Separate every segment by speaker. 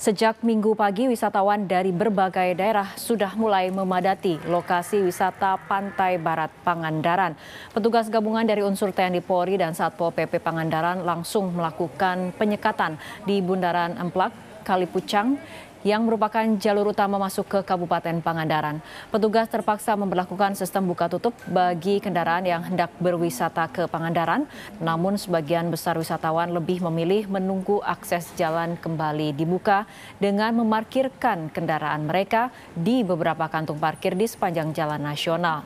Speaker 1: Sejak Minggu pagi, wisatawan dari berbagai daerah sudah mulai memadati lokasi wisata Pantai Barat Pangandaran. Petugas gabungan dari unsur TNI Polri dan Satpol PP Pangandaran langsung melakukan penyekatan di Bundaran Emplak, Kalipucang, yang merupakan jalur utama masuk ke Kabupaten Pangandaran. Petugas terpaksa memberlakukan sistem buka tutup bagi kendaraan yang hendak berwisata ke Pangandaran, namun sebagian besar wisatawan lebih memilih menunggu akses jalan kembali dibuka dengan memarkirkan kendaraan mereka di beberapa kantung parkir di sepanjang jalan nasional.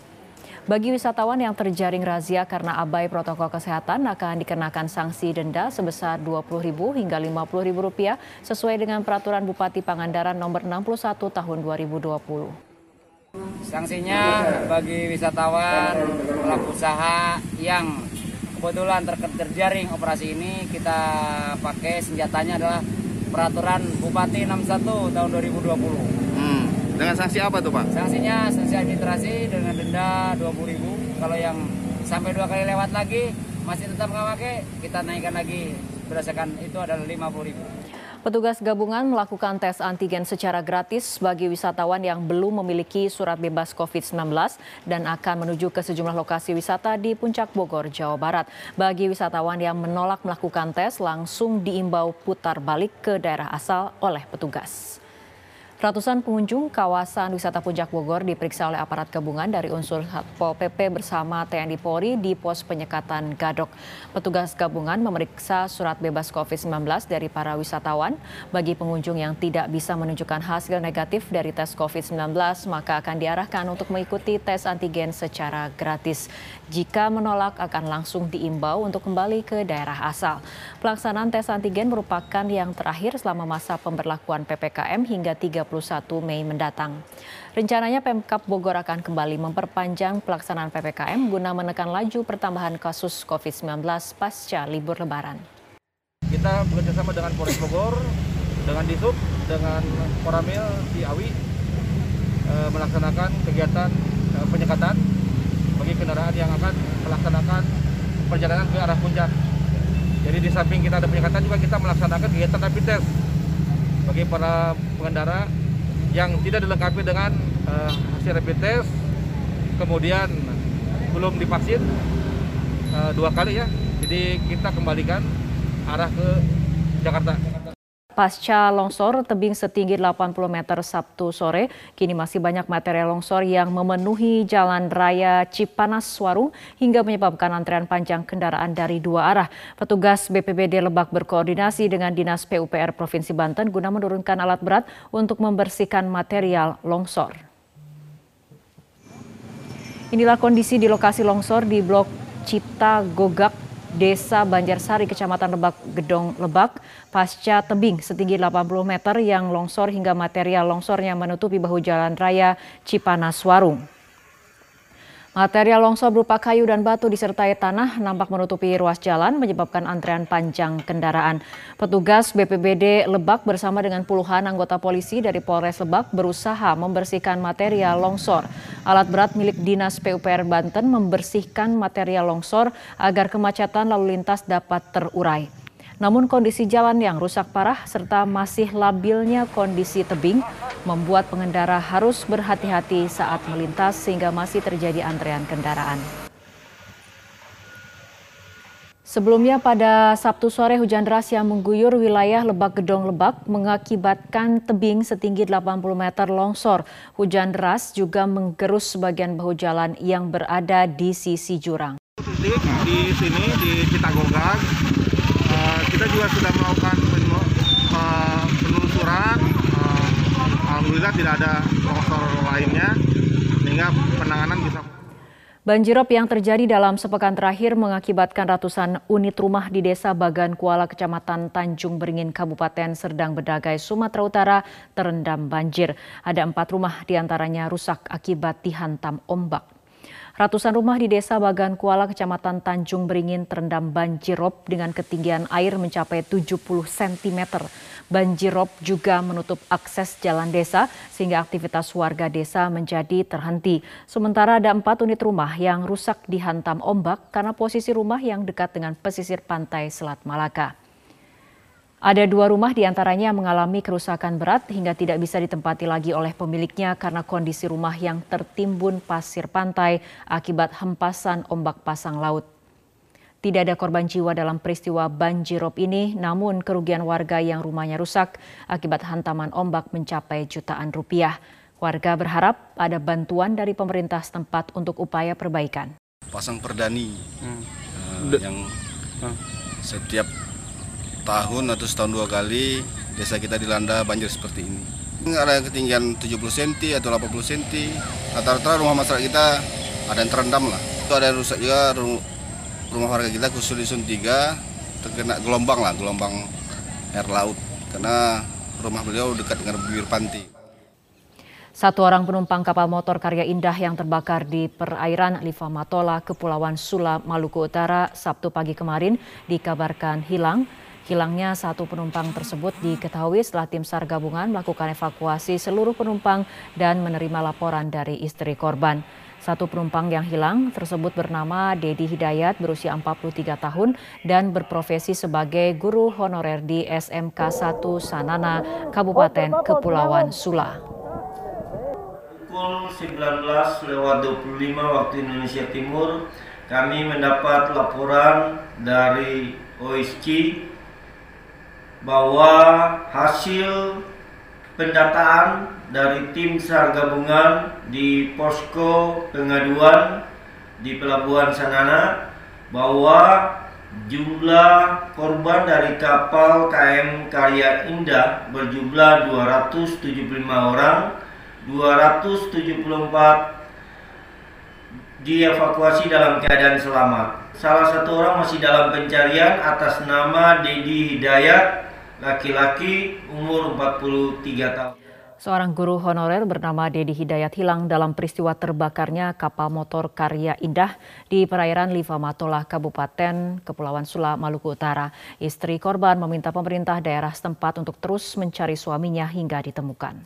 Speaker 1: Bagi wisatawan yang terjaring razia karena abai protokol kesehatan akan dikenakan sanksi denda sebesar Rp20.000 hingga Rp50.000 sesuai dengan Peraturan Bupati Pangandaran Nomor 61 Tahun 2020.
Speaker 2: Sanksinya bagi wisatawan pelaku usaha yang kebetulan terjaring operasi ini, kita pakai senjatanya adalah Peraturan Bupati 61 Tahun 2020.
Speaker 3: Dengan sanksi apa tuh Pak?
Speaker 2: Sanksinya sanksi administrasi dengan denda Rp20.000. Kalau yang sampai 2 kali lewat lagi masih tetap nggak pakai, kita naikkan lagi berdasarkan itu adalah Rp50.000.
Speaker 1: Petugas gabungan melakukan tes antigen secara gratis bagi wisatawan yang belum memiliki surat bebas COVID-19 dan akan menuju ke sejumlah lokasi wisata di Puncak Bogor, Jawa Barat. Bagi wisatawan yang menolak melakukan tes, langsung diimbau putar balik ke daerah asal oleh petugas. Ratusan pengunjung kawasan wisata Puncak Bogor diperiksa oleh aparat gabungan dari unsur Satpol PP bersama TNI Polri di pos penyekatan Gadok. Petugas gabungan memeriksa surat bebas COVID-19 dari para wisatawan. Bagi pengunjung yang tidak bisa menunjukkan hasil negatif dari tes COVID-19, maka akan diarahkan untuk mengikuti tes antigen secara gratis. Jika menolak, akan langsung diimbau untuk kembali ke daerah asal. Pelaksanaan tes antigen merupakan yang terakhir selama masa pemberlakuan PPKM hingga 31 Mei mendatang. Rencananya Pemkab Bogor akan kembali memperpanjang pelaksanaan PPKM guna menekan laju pertambahan kasus COVID-19 pasca libur Lebaran.
Speaker 4: Kita bekerjasama dengan Polres Bogor, dengan Disub, dengan Koramil Ciawi melaksanakan kegiatan penyekatan bagi kendaraan yang akan melaksanakan perjalanan ke arah puncak. Jadi di samping kita ada penyekatan juga kita melaksanakan kegiatan rapid test bagi para pengendara yang tidak dilengkapi dengan hasil rapid test, kemudian belum divaksin 2 kali ya. Jadi kita kembalikan arah ke Jakarta.
Speaker 1: Pasca longsor tebing setinggi 80 meter Sabtu sore, kini masih banyak material longsor yang memenuhi Jalan Raya Cipanas-Warung hingga menyebabkan antrean panjang kendaraan dari 2 arah. Petugas BPBD Lebak berkoordinasi dengan Dinas PUPR Provinsi Banten guna menurunkan alat berat untuk membersihkan material longsor. Inilah kondisi di lokasi longsor di Blok Cipta Gogak, Desa Banjarsari, Kecamatan Lebak, Gedong, Lebak, pasca tebing setinggi 80 meter yang longsor hingga material longsornya menutupi bahu jalan raya Cipanas-Warung. Material longsor berupa kayu dan batu disertai tanah nampak menutupi ruas jalan menyebabkan antrean panjang kendaraan. Petugas BPBD Lebak bersama dengan puluhan anggota polisi dari Polres Lebak berusaha membersihkan material longsor. Alat berat milik Dinas PUPR Banten membersihkan material longsor agar kemacetan lalu lintas dapat terurai. Namun kondisi jalan yang rusak parah serta masih labilnya kondisi tebing membuat pengendara harus berhati-hati saat melintas sehingga masih terjadi antrean kendaraan. Sebelumnya pada Sabtu sore hujan deras yang mengguyur wilayah Lebak Gedong Lebak mengakibatkan tebing setinggi 80 meter longsor. Hujan deras juga menggerus sebagian bahu jalan yang berada di sisi jurang.
Speaker 4: Di sini di Citagogak kita juga sudah melakukan penelusuran. Alhamdulillah tidak ada longsor lainnya sehingga penanganan bisa.
Speaker 1: Banjirop yang terjadi dalam sepekan terakhir mengakibatkan ratusan unit rumah di Desa Bagan Kuala, Kecamatan Tanjung Beringin, Kabupaten Serdang Bedagai, Sumatera Utara terendam banjir. Ada 4 rumah diantaranya rusak akibat dihantam ombak. Ratusan rumah di Desa Bagan Kuala, Kecamatan Tanjung Beringin terendam banjirop dengan ketinggian air mencapai 70 cm. Banjirop juga menutup akses jalan desa sehingga aktivitas warga desa menjadi terhenti. Sementara ada 4 unit rumah yang rusak dihantam ombak karena posisi rumah yang dekat dengan pesisir pantai Selat Malaka. Ada 2 rumah diantaranya mengalami kerusakan berat hingga tidak bisa ditempati lagi oleh pemiliknya karena kondisi rumah yang tertimbun pasir pantai akibat hempasan ombak pasang laut. Tidak ada korban jiwa dalam peristiwa banjirop ini, namun kerugian warga yang rumahnya rusak akibat hantaman ombak mencapai jutaan rupiah. Warga berharap ada bantuan dari pemerintah setempat untuk upaya perbaikan.
Speaker 3: Pasang perdani yang setiap tahun atau setahun 2 kali desa kita dilanda banjir seperti ini. Ada yang ketinggian 70 cm atau 80 cm. Rata-rata rumah masyarakat kita ada yang terendam lah. Itu ada yang rusak juga rumah warga kita khusus di Sun 3 terkena gelombang air laut karena rumah beliau dekat dengan bibir pantai.
Speaker 1: 1 orang penumpang kapal motor Karya Indah yang terbakar di perairan Livamatola, Kepulauan Sula, Maluku Utara, Sabtu pagi kemarin dikabarkan hilang. Hilangnya 1 penumpang tersebut diketahui setelah tim SAR gabungan melakukan evakuasi seluruh penumpang dan menerima laporan dari istri korban. 1 penumpang yang hilang tersebut bernama Dedi Hidayat, berusia 43 tahun dan berprofesi sebagai guru honorer di SMK 1 Sanana, Kabupaten Kepulauan Sula.
Speaker 5: Pukul 19.25 waktu Indonesia Timur, kami mendapat laporan dari OSC bahwa hasil pendataan dari tim SAR gabungan di posko pengaduan di Pelabuhan Sanana bahwa jumlah korban dari kapal KM Karya Indah berjumlah 275 orang, 274 dievakuasi dalam keadaan selamat. Salah 1 orang masih dalam pencarian atas nama Dedi Hidayat, laki-laki, umur 43 tahun.
Speaker 1: Seorang guru honorer bernama Dedi Hidayat hilang dalam peristiwa terbakarnya kapal motor Karya Indah di perairan Livamatola, Kabupaten Kepulauan Sula, Maluku Utara. Istri korban meminta pemerintah daerah setempat untuk terus mencari suaminya hingga ditemukan.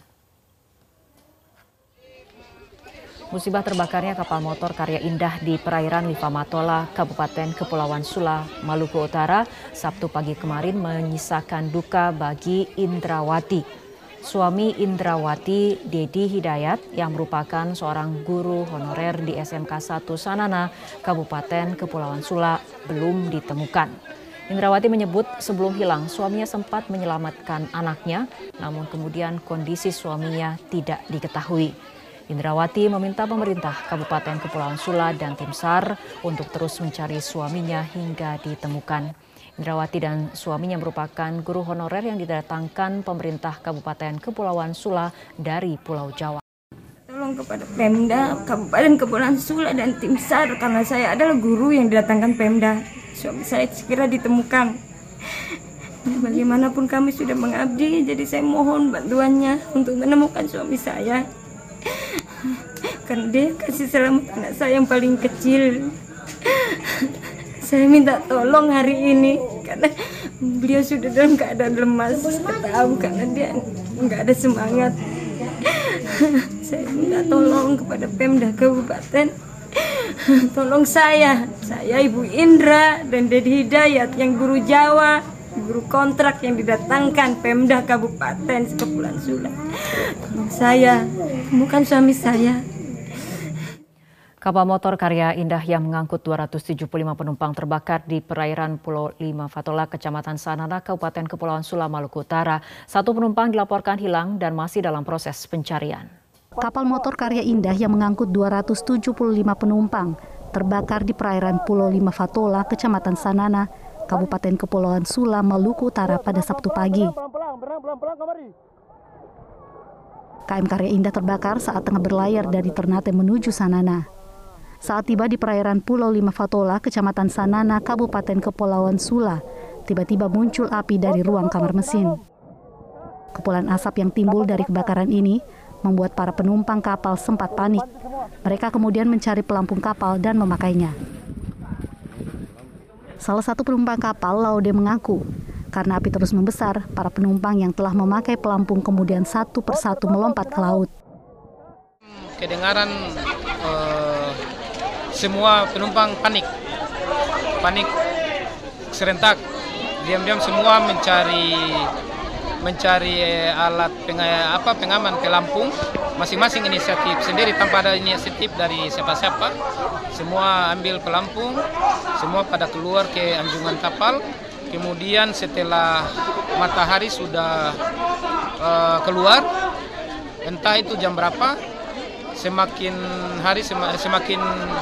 Speaker 1: Musibah terbakarnya kapal motor Karya Indah di perairan Livamatola, Kabupaten Kepulauan Sula, Maluku Utara, Sabtu pagi kemarin menyisakan duka bagi Indrawati. Suami Indrawati, Dedi Hidayat, yang merupakan seorang guru honorer di SMK 1 Sanana, Kabupaten Kepulauan Sula, belum ditemukan. Indrawati menyebut sebelum hilang suaminya sempat menyelamatkan anaknya, namun kemudian kondisi suaminya tidak diketahui. Indrawati meminta pemerintah Kabupaten Kepulauan Sula dan tim SAR untuk terus mencari suaminya hingga ditemukan. Indrawati dan suaminya merupakan guru honorer yang didatangkan pemerintah Kabupaten Kepulauan Sula dari Pulau Jawa.
Speaker 6: Tolong kepada Pemda Kabupaten Kepulauan Sula dan tim SAR karena saya adalah guru yang didatangkan Pemda. Suami saya segera ditemukan. Bagaimanapun kami sudah mengabdi, jadi saya mohon bantuannya untuk menemukan suami saya. Karena dia kasih selamat anak saya yang paling kecil. Saya minta tolong hari ini karena beliau sudah dalam keadaan lemas, tahu karena dia nggak ada semangat. Saya minta tolong kepada Pemda Kabupaten, tolong saya Ibu Indra dan Dedi Hidayat yang guru Jawa, guru kontrak yang didatangkan Pemda Kabupaten Kepulauan Sula. Tolong saya temukan suami saya.
Speaker 1: Kapal motor Karya Indah yang mengangkut 275 penumpang terbakar di perairan Pulau Livamatola, Kecamatan Sanana, Kabupaten Kepulauan Sula, Maluku Utara. 1 penumpang dilaporkan hilang dan masih dalam proses pencarian.
Speaker 7: Kapal motor Karya Indah yang mengangkut 275 penumpang terbakar di perairan Pulau Livamatola, Kecamatan Sanana, Kabupaten Kepulauan Sula, Maluku Utara pada Sabtu pagi. KM Karya Indah terbakar saat tengah berlayar dari Ternate menuju Sanana. Saat tiba di perairan Pulau Livamatola, Kecamatan Sanana, Kabupaten Kepulauan Sula, tiba-tiba muncul api dari ruang kamar mesin. Kepulan asap yang timbul dari kebakaran ini membuat para penumpang kapal sempat panik. Mereka kemudian mencari pelampung kapal dan memakainya. Salah satu penumpang kapal, Laude, mengaku karena api terus membesar, para penumpang yang telah memakai pelampung kemudian satu persatu melompat ke laut.
Speaker 8: Kedengaran semua penumpang panik serentak diam-diam semua mencari alat pengaman pelampung, masing-masing inisiatif sendiri tanpa ada inisiatif dari siapa-siapa. Semua ambil pelampung, semua pada keluar ke anjungan kapal. Kemudian setelah matahari sudah keluar, entah itu jam berapa, semakin hari semakin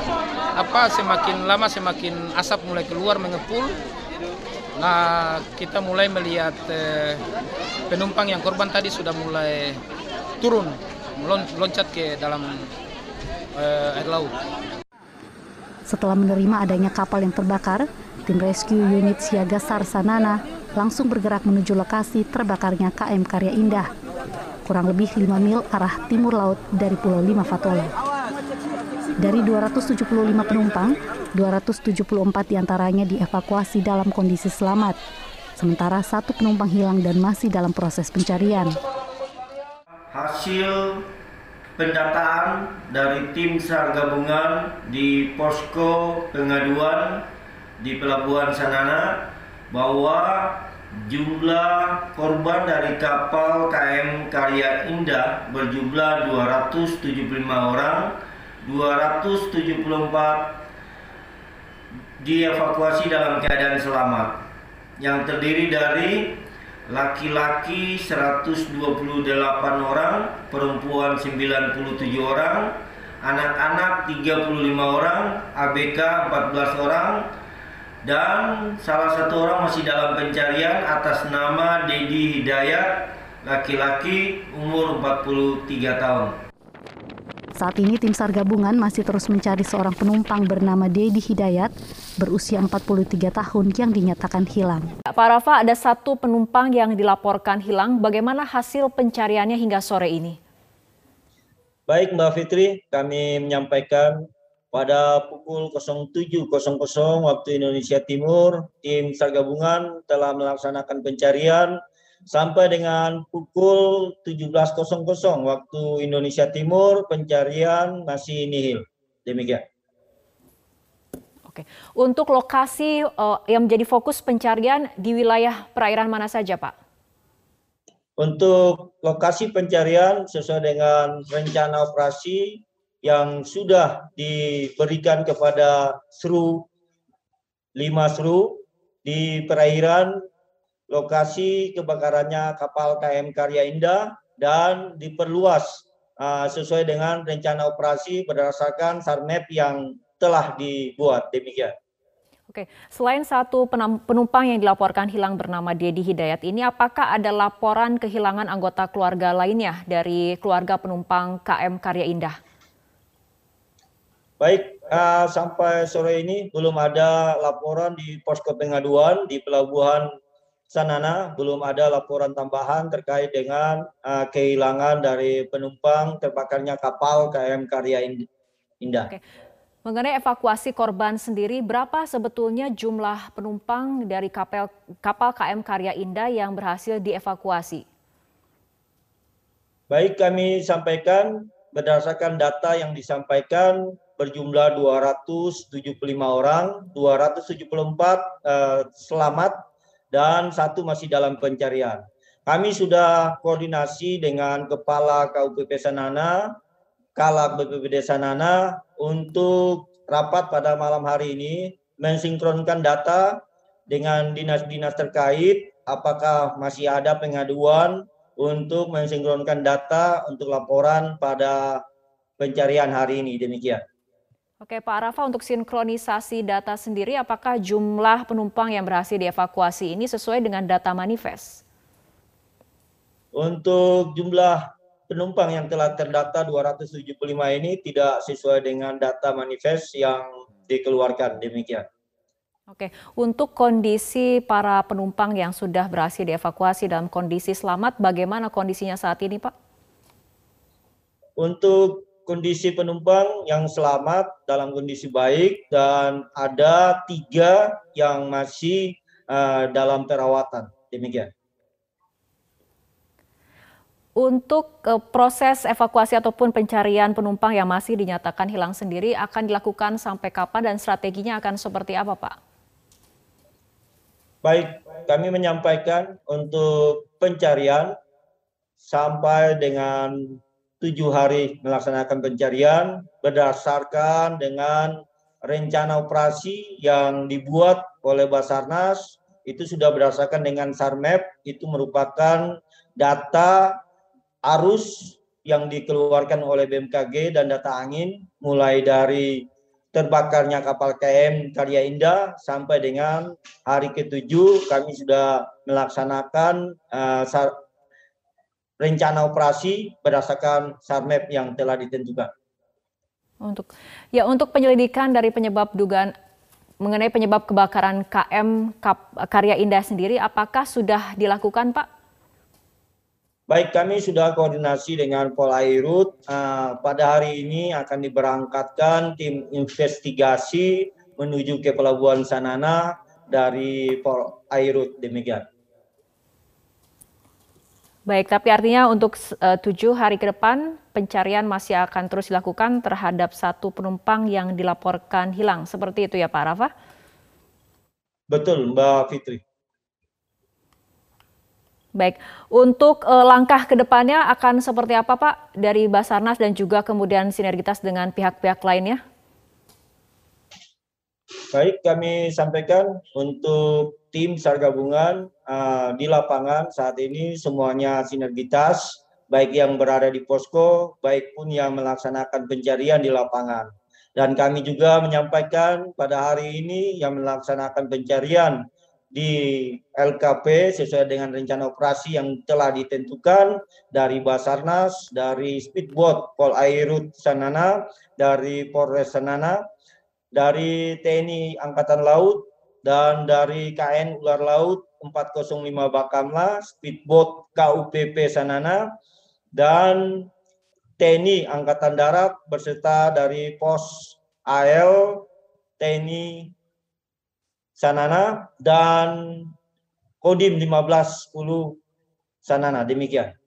Speaker 8: lama semakin asap mulai keluar mengepul. Nah, kita mulai melihat penumpang yang korban tadi sudah mulai turun, loncat ke dalam air laut.
Speaker 7: Setelah menerima adanya kapal yang terbakar, tim rescue unit siaga SAR Sanana langsung bergerak menuju lokasi terbakarnya KM Karya Indah, kurang lebih 5 mil arah timur laut dari Pulau Lima Fatola. Dari 275 penumpang, 274 diantaranya dievakuasi dalam kondisi selamat, sementara 1 penumpang hilang dan masih dalam proses pencarian.
Speaker 5: Hasil pendataan dari tim SAR gabungan di posko pengaduan di Pelabuhan Sanana bahwa jumlah korban dari kapal KM Karya Indah berjumlah 275 orang, 274 dievakuasi dalam keadaan selamat, yang terdiri dari laki-laki 128 orang, perempuan 97 orang, anak-anak 35 orang, ABK 14 orang, dan salah satu orang masih dalam pencarian atas nama Dedi Hidayat, laki-laki umur 43 tahun.
Speaker 7: Saat ini tim SAR gabungan masih terus mencari seorang penumpang bernama Dedi Hidayat berusia 43 tahun yang dinyatakan hilang.
Speaker 1: Pak Rafa, ada 1 penumpang yang dilaporkan hilang. Bagaimana hasil pencariannya hingga sore ini?
Speaker 5: Baik Mbak Fitri, kami menyampaikan pada pukul 07.00 waktu Indonesia Timur, tim SAR gabungan telah melaksanakan pencarian sampai dengan pukul 17.00 waktu Indonesia Timur, pencarian masih nihil. Demikian.
Speaker 1: Oke. Untuk lokasi yang menjadi fokus pencarian di wilayah perairan mana saja, Pak?
Speaker 5: Untuk lokasi pencarian sesuai dengan rencana operasi yang sudah diberikan kepada SRU 5 SRU di perairan lokasi kebakarannya kapal KM Karya Indah dan diperluas sesuai dengan rencana operasi berdasarkan SARMAP yang telah dibuat. Demikian.
Speaker 1: Oke, selain 1 penumpang yang dilaporkan hilang bernama Dedi Hidayat ini, apakah ada laporan kehilangan anggota keluarga lainnya dari keluarga penumpang KM Karya Indah?
Speaker 5: Baik, sampai sore ini belum ada laporan di posko pengaduan di Pelabuhan Sanana, belum ada laporan tambahan terkait dengan kehilangan dari penumpang terbakarnya kapal KM Karya Indah.
Speaker 1: Oke. Mengenai evakuasi korban sendiri, berapa sebetulnya jumlah penumpang dari kapal KM Karya Indah yang berhasil dievakuasi?
Speaker 5: Baik, kami sampaikan berdasarkan data yang disampaikan berjumlah 275 orang, 274 selamat, dan 1 masih dalam pencarian. Kami sudah koordinasi dengan Kepala KUPP Sanana, Kalak BPBD Sanana untuk rapat pada malam hari ini mensinkronkan data dengan dinas-dinas terkait apakah masih ada pengaduan untuk mensinkronkan data untuk laporan pada pencarian hari ini. Demikian.
Speaker 1: Oke Pak Rafa, untuk sinkronisasi data sendiri, apakah jumlah penumpang yang berhasil dievakuasi ini sesuai dengan data manifest?
Speaker 5: Untuk jumlah penumpang yang telah terdata 275 ini tidak sesuai dengan data manifest yang dikeluarkan. Demikian.
Speaker 1: Oke, untuk kondisi para penumpang yang sudah berhasil dievakuasi dalam kondisi selamat, bagaimana kondisinya saat ini Pak?
Speaker 5: Untuk kondisi penumpang yang selamat dalam kondisi baik dan ada 3 yang masih dalam perawatan. Demikian.
Speaker 1: Untuk proses evakuasi ataupun pencarian penumpang yang masih dinyatakan hilang sendiri akan dilakukan sampai kapan dan strateginya akan seperti apa Pak?
Speaker 5: Baik, kami menyampaikan untuk pencarian sampai dengan 7 hari melaksanakan pencarian berdasarkan dengan rencana operasi yang dibuat oleh Basarnas. Itu sudah berdasarkan dengan SARMAP, itu merupakan data arus yang dikeluarkan oleh BMKG dan data angin mulai dari terbakarnya kapal KM Karya Indah sampai dengan hari ke-7 kami sudah melaksanakan rencana operasi berdasarkan SARMAP yang telah ditentukan.
Speaker 1: Untuk penyelidikan dari penyebab dugaan mengenai penyebab kebakaran KM Karya Indah sendiri, apakah sudah dilakukan, Pak?
Speaker 5: Baik, kami sudah koordinasi dengan Polairut. Pada hari ini akan diberangkatkan tim investigasi menuju ke Pelabuhan Sanana dari Polairut, demikian.
Speaker 1: Baik, tapi artinya untuk 7 hari ke depan pencarian masih akan terus dilakukan terhadap 1 penumpang yang dilaporkan hilang. Seperti itu ya Pak Rafa?
Speaker 5: Betul, Mbak Fitri.
Speaker 1: Baik, untuk langkah ke depannya akan seperti apa Pak dari Basarnas dan juga kemudian sinergitas dengan pihak-pihak lainnya?
Speaker 5: Baik, kami sampaikan untuk tim SAR gabungan di lapangan saat ini semuanya sinergitas, baik yang berada di posko, baik pun yang melaksanakan pencarian di lapangan. Dan kami juga menyampaikan pada hari ini yang melaksanakan pencarian di LKP sesuai dengan rencana operasi yang telah ditentukan dari Basarnas, dari Speedboat Polairut Sanana, dari Polres Sanana, dari TNI Angkatan Laut, dan dari KN Ular Laut 405 Bakamla, Speedboat KUPP Sanana, dan TNI Angkatan Darat beserta dari Pos AL TNI Sanana dan Kodim 1510 Sanana. Demikian.